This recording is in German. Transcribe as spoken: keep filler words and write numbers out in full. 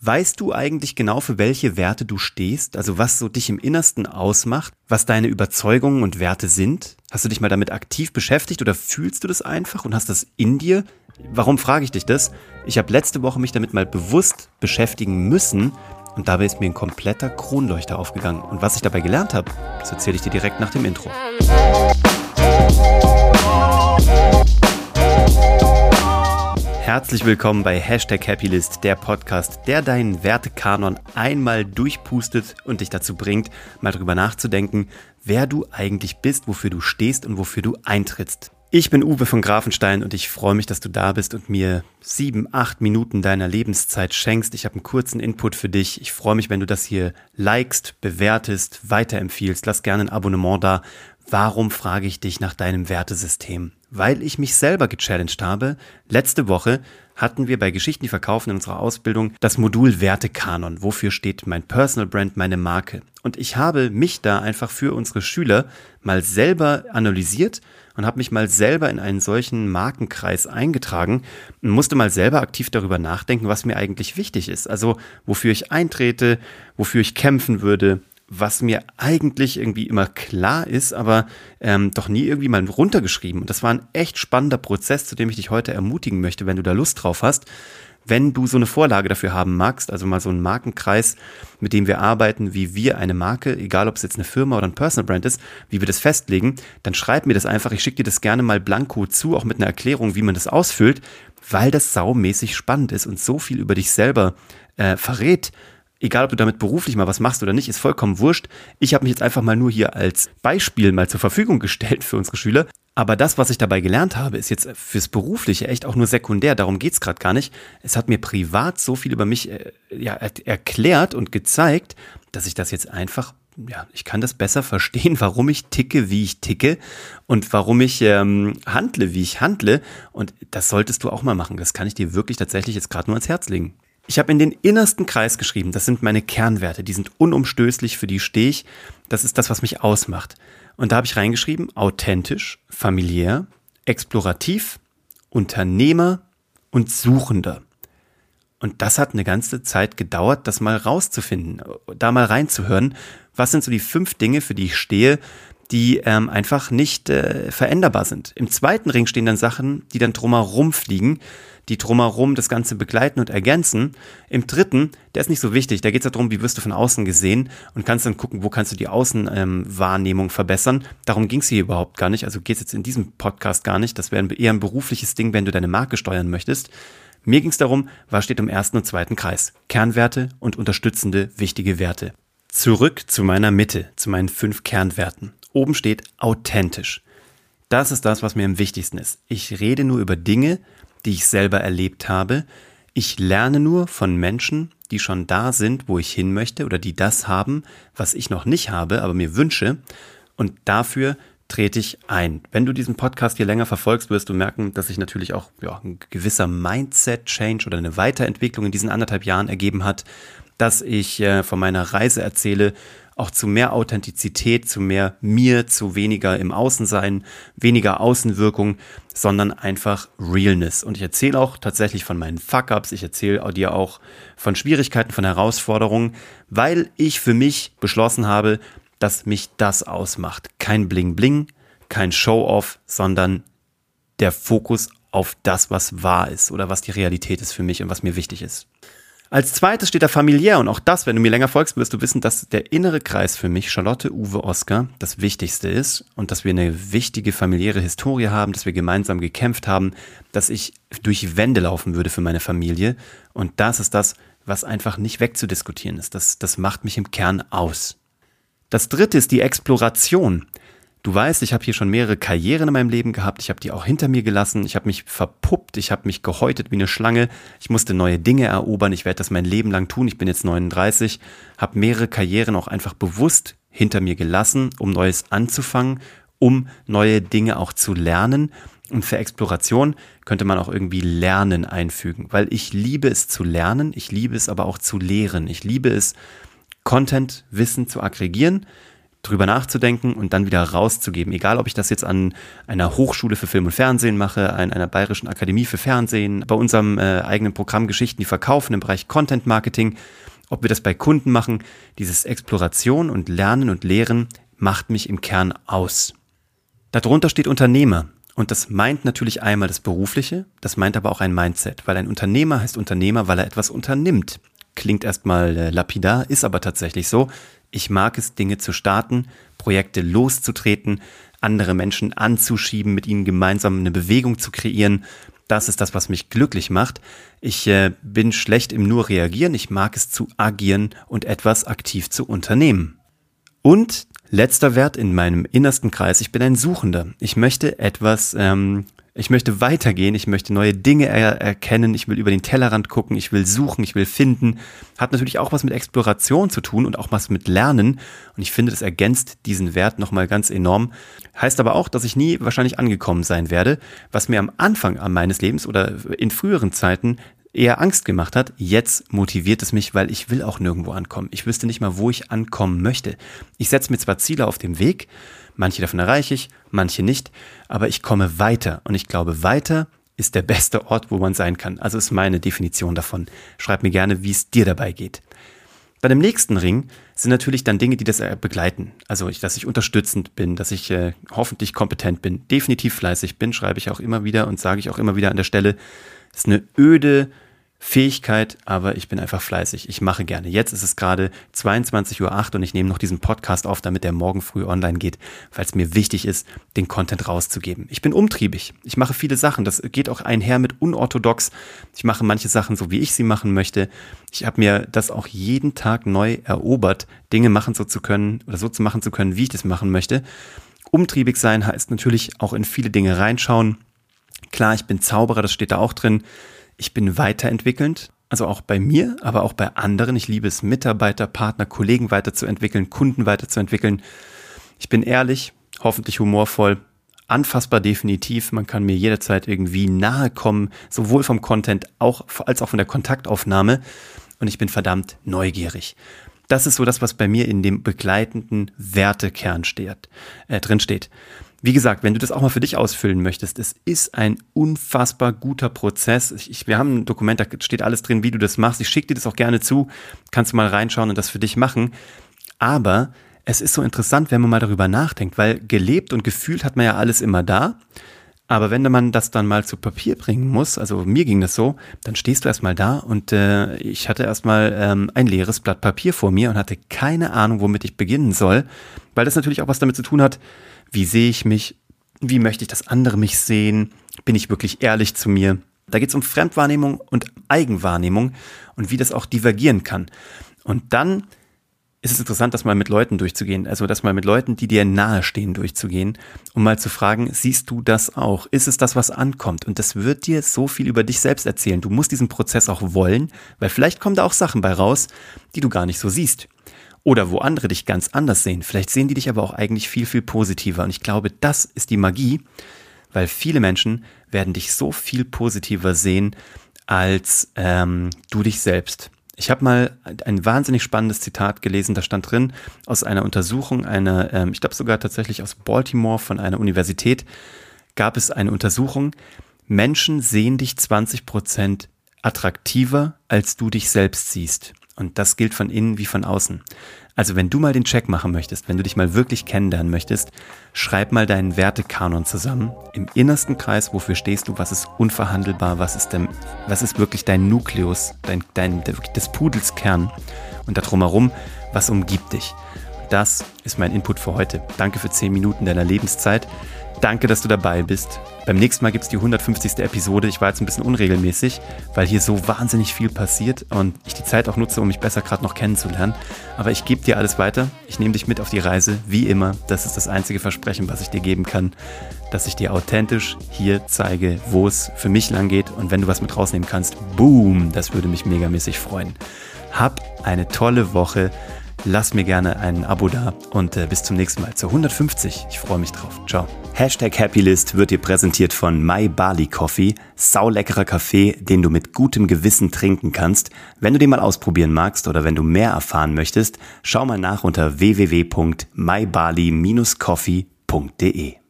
Weißt du eigentlich genau, für welche Werte du stehst? Also was so dich im Innersten ausmacht, was deine Überzeugungen und Werte sind? Hast du dich mal damit aktiv beschäftigt oder fühlst du das einfach und hast das in dir? Warum frage ich dich das? Ich habe letzte Woche mich damit mal bewusst beschäftigen müssen und dabei ist mir ein kompletter Kronleuchter aufgegangen. Und was ich dabei gelernt habe, das erzähle ich dir direkt nach dem Intro. Herzlich willkommen bei Hashtag Happylist, der Podcast, der deinen Wertekanon einmal durchpustet und dich dazu bringt, mal drüber nachzudenken, wer du eigentlich bist, wofür du stehst und wofür du eintrittst. Ich bin Uwe von Grafenstein und ich freue mich, dass du da bist und mir sieben, acht Minuten deiner Lebenszeit schenkst. Ich habe einen kurzen Input für dich. Ich freue mich, wenn du das hier likest, bewertest, weiterempfiehlst. Lass gerne ein Abonnement da. Warum frage ich dich nach deinem Wertesystem? Weil ich mich selber gechallenged habe. Letzte Woche hatten wir bei Geschichten, die verkaufen in unserer Ausbildung das Modul Wertekanon. Wofür steht mein Personal Brand, meine Marke? Und ich habe mich da einfach für unsere Schüler mal selber analysiert und habe mich mal selber in einen solchen Markenkreis eingetragen und musste mal selber aktiv darüber nachdenken, was mir eigentlich wichtig ist. Also wofür ich eintrete, wofür ich kämpfen würde, was mir eigentlich irgendwie immer klar ist, aber ähm, doch nie irgendwie mal runtergeschrieben. Und das war ein echt spannender Prozess, zu dem ich dich heute ermutigen möchte, wenn du da Lust drauf hast. Wenn du so eine Vorlage dafür haben magst, also mal so einen Markenkreis, mit dem wir arbeiten, wie wir eine Marke, egal ob es jetzt eine Firma oder ein Personal Brand ist, wie wir das festlegen, dann schreib mir das einfach. Ich schicke dir das gerne mal blanko zu, auch mit einer Erklärung, wie man das ausfüllt, weil das saumäßig spannend ist und so viel über dich selber äh, verrät. Egal, ob du damit beruflich mal was machst oder nicht, ist vollkommen wurscht. Ich habe mich jetzt einfach mal nur hier als Beispiel mal zur Verfügung gestellt für unsere Schüler. Aber das, was ich dabei gelernt habe, ist jetzt fürs Berufliche echt auch nur sekundär. Darum geht's gerade gar nicht. Es hat mir privat so viel über mich äh, ja, erklärt und gezeigt, dass ich das jetzt einfach, ja, ich kann das besser verstehen, warum ich ticke, wie ich ticke und warum ich ähm, handle, wie ich handle. Und das solltest du auch mal machen. Das kann ich dir wirklich tatsächlich jetzt gerade nur ans Herz legen. Ich habe in den innersten Kreis geschrieben, das sind meine Kernwerte, die sind unumstößlich, für die stehe ich, das ist das, was mich ausmacht. Und da habe ich reingeschrieben, authentisch, familiär, explorativ, Unternehmer und Suchender. Und das hat eine ganze Zeit gedauert, das mal rauszufinden, da mal reinzuhören, was sind so die fünf Dinge, für die ich stehe, die ähm, einfach nicht äh, veränderbar sind. Im zweiten Ring stehen dann Sachen, die dann drumherum fliegen, die drumherum das Ganze begleiten und ergänzen. Im dritten, der ist nicht so wichtig, da geht es darum, wie wirst du von außen gesehen und kannst dann gucken, wo kannst du die Außenwahrnehmung ähm, verbessern. Darum ging es hier überhaupt gar nicht, also geht es jetzt in diesem Podcast gar nicht. Das wäre eher ein berufliches Ding, wenn du deine Marke steuern möchtest. Mir ging es darum, was steht im ersten und zweiten Kreis. Kernwerte und unterstützende, wichtige Werte. Zurück zu meiner Mitte, zu meinen fünf Kernwerten. Oben steht authentisch. Das ist das, was mir am wichtigsten ist. Ich rede nur über Dinge, die ich selber erlebt habe. Ich lerne nur von Menschen, die schon da sind, wo ich hin möchte oder die das haben, was ich noch nicht habe, aber mir wünsche. Und dafür trete ich ein. Wenn du diesen Podcast hier länger verfolgst, wirst du merken, dass sich natürlich auch ja, ein gewisser Mindset-Change oder eine Weiterentwicklung in diesen anderthalb Jahren ergeben hat, dass ich äh, von meiner Reise erzähle, auch zu mehr Authentizität, zu mehr mir, zu weniger im Außensein, weniger Außenwirkung, sondern einfach Realness. Und ich erzähle auch tatsächlich von meinen Fuck-Ups, ich erzähle dir auch von Schwierigkeiten, von Herausforderungen, weil ich für mich beschlossen habe, dass mich das ausmacht. Kein Bling-Bling, kein Show-Off, sondern der Fokus auf das, was wahr ist oder was die Realität ist für mich und was mir wichtig ist. Als zweites steht da familiär und auch das, wenn du mir länger folgst, wirst du wissen, dass der innere Kreis für mich, Charlotte, Uwe, Oskar, das Wichtigste ist und dass wir eine wichtige familiäre Historie haben, dass wir gemeinsam gekämpft haben, dass ich durch Wände laufen würde für meine Familie und das ist das, was einfach nicht wegzudiskutieren ist. Das, das macht mich im Kern aus. Das dritte ist die Exploration. Du weißt, ich habe hier schon mehrere Karrieren in meinem Leben gehabt, ich habe die auch hinter mir gelassen, ich habe mich verpuppt, ich habe mich gehäutet wie eine Schlange, ich musste neue Dinge erobern, ich werde das mein Leben lang tun, ich bin jetzt neununddreißig, habe mehrere Karrieren auch einfach bewusst hinter mir gelassen, um Neues anzufangen, um neue Dinge auch zu lernen. Und für Exploration könnte man auch irgendwie Lernen einfügen, weil ich liebe es zu lernen, ich liebe es aber auch zu lehren, ich liebe es, Content, Wissen zu aggregieren, drüber nachzudenken und dann wieder rauszugeben. Egal, ob ich das jetzt an einer Hochschule für Film und Fernsehen mache, an einer Bayerischen Akademie für Fernsehen, bei unserem äh, eigenen Programm Geschichten, die verkaufen im Bereich Content Marketing, ob wir das bei Kunden machen, dieses Exploration und Lernen und Lehren macht mich im Kern aus. Darunter steht Unternehmer. Und das meint natürlich einmal das Berufliche, das meint aber auch ein Mindset, weil ein Unternehmer heißt Unternehmer, weil er etwas unternimmt. Klingt erstmal äh, lapidar, ist aber tatsächlich so. Ich mag es, Dinge zu starten, Projekte loszutreten, andere Menschen anzuschieben, mit ihnen gemeinsam eine Bewegung zu kreieren. Das ist das, was mich glücklich macht. Ich äh, bin schlecht im nur reagieren, ich mag es zu agieren und etwas aktiv zu unternehmen. Und letzter Wert in meinem innersten Kreis, ich bin ein Suchender. Ich möchte etwas, ähm, ich möchte weitergehen, ich möchte neue Dinge er- erkennen, ich will über den Tellerrand gucken, ich will suchen, ich will finden. Hat natürlich auch was mit Exploration zu tun und auch was mit Lernen. Und ich finde, das ergänzt diesen Wert nochmal ganz enorm. Heißt aber auch, dass ich nie wahrscheinlich angekommen sein werde, was mir am Anfang meines Lebens oder in früheren Zeiten eher Angst gemacht hat. Jetzt motiviert es mich, weil ich will auch nirgendwo ankommen. Ich wüsste nicht mal, wo ich ankommen möchte. Ich setze mir zwar Ziele auf dem Weg, manche davon erreiche ich, manche nicht, aber ich komme weiter. Und ich glaube, weiter ist der beste Ort, wo man sein kann. Also ist meine Definition davon. Schreib mir gerne, wie es dir dabei geht. Bei dem nächsten Ring sind natürlich dann Dinge, die das begleiten. Also, ich, dass ich unterstützend bin, dass ich äh, hoffentlich kompetent bin, definitiv fleißig bin, schreibe ich auch immer wieder und sage ich auch immer wieder an der Stelle. Das ist eine öde Fähigkeit, aber ich bin einfach fleißig. Ich mache gerne. Jetzt ist es gerade zweiundzwanzig Uhr acht und ich nehme noch diesen Podcast auf, damit der morgen früh online geht, weil es mir wichtig ist, den Content rauszugeben. Ich bin umtriebig. Ich mache viele Sachen. Das geht auch einher mit unorthodox. Ich mache manche Sachen so, wie ich sie machen möchte. Ich habe mir das auch jeden Tag neu erobert, Dinge machen so zu können oder so zu machen zu können, wie ich das machen möchte. Umtriebig sein heißt natürlich auch in viele Dinge reinschauen. Klar, ich bin Zauberer, das steht da auch drin. Ich bin weiterentwickelnd, also auch bei mir, aber auch bei anderen. Ich liebe es, Mitarbeiter, Partner, Kollegen weiterzuentwickeln, Kunden weiterzuentwickeln. Ich bin ehrlich, hoffentlich humorvoll, anfassbar definitiv. Man kann mir jederzeit irgendwie nahe kommen, sowohl vom Content auch, als auch von der Kontaktaufnahme. Und ich bin verdammt neugierig. Das ist so das, was bei mir in dem begleitenden Wertekern steht, äh, drin steht. Wie gesagt, wenn du das auch mal für dich ausfüllen möchtest, es ist ein unfassbar guter Prozess. Ich, wir haben ein Dokument, da steht alles drin, wie du das machst. Ich schicke dir das auch gerne zu, kannst du mal reinschauen und das für dich machen. Aber es ist so interessant, wenn man mal darüber nachdenkt, weil gelebt und gefühlt hat man ja alles immer da. Aber wenn man das dann mal zu Papier bringen muss, also mir ging das so, dann stehst du erstmal da und äh, ich hatte erstmal ähm, ein leeres Blatt Papier vor mir und hatte keine Ahnung, womit ich beginnen soll, weil das natürlich auch was damit zu tun hat, wie sehe ich mich, wie möchte ich, dass andere mich sehen, bin ich wirklich ehrlich zu mir. Da geht es um Fremdwahrnehmung und Eigenwahrnehmung und wie das auch divergieren kann. Und dann ist es interessant, das mal mit Leuten durchzugehen, also das mal mit Leuten, die dir nahestehen, durchzugehen, um mal zu fragen, siehst du das auch? Ist es das, was ankommt? Und das wird dir so viel über dich selbst erzählen. Du musst diesen Prozess auch wollen, weil vielleicht kommen da auch Sachen bei raus, die du gar nicht so siehst. Oder wo andere dich ganz anders sehen. Vielleicht sehen die dich aber auch eigentlich viel, viel positiver. Und ich glaube, das ist die Magie, weil viele Menschen werden dich so viel positiver sehen als ähm, du dich selbst. Ich habe mal ein wahnsinnig spannendes Zitat gelesen, da stand drin aus einer Untersuchung, einer, ähm, ich glaube sogar tatsächlich aus Baltimore von einer Universität, gab es eine Untersuchung, Menschen sehen dich zwanzig Prozent attraktiver, als du dich selbst siehst. Und das gilt von innen wie von außen. Also wenn du mal den Check machen möchtest, wenn du dich mal wirklich kennenlernen möchtest, schreib mal deinen Wertekanon zusammen. Im innersten Kreis, wofür stehst du, was ist unverhandelbar, was ist, denn, was ist wirklich dein Nukleus, dein, dein, des Pudels Kern und da drumherum, was umgibt dich. Das ist mein Input für heute. Danke für zehn Minuten deiner Lebenszeit. Danke, dass du dabei bist. Beim nächsten Mal gibt es die hundertfünfzigste Episode. Ich war jetzt ein bisschen unregelmäßig, weil hier so wahnsinnig viel passiert und ich die Zeit auch nutze, um mich besser gerade noch kennenzulernen. Aber ich gebe dir alles weiter. Ich nehme dich mit auf die Reise, wie immer. Das ist das einzige Versprechen, was ich dir geben kann, dass ich dir authentisch hier zeige, wo es für mich lang geht. Und wenn du was mit rausnehmen kannst, boom, das würde mich megamäßig freuen. Hab eine tolle Woche. Lass mir gerne ein Abo da und äh, bis zum nächsten Mal zur hundertfünfzig. Ich freue mich drauf. Ciao. Hashtag Happylist wird dir präsentiert von My Barley Coffee. Sauleckerer Kaffee, den du mit gutem Gewissen trinken kannst. Wenn du den mal ausprobieren magst oder wenn du mehr erfahren möchtest, schau mal nach unter w w w punkt my barley dash coffee punkt d e.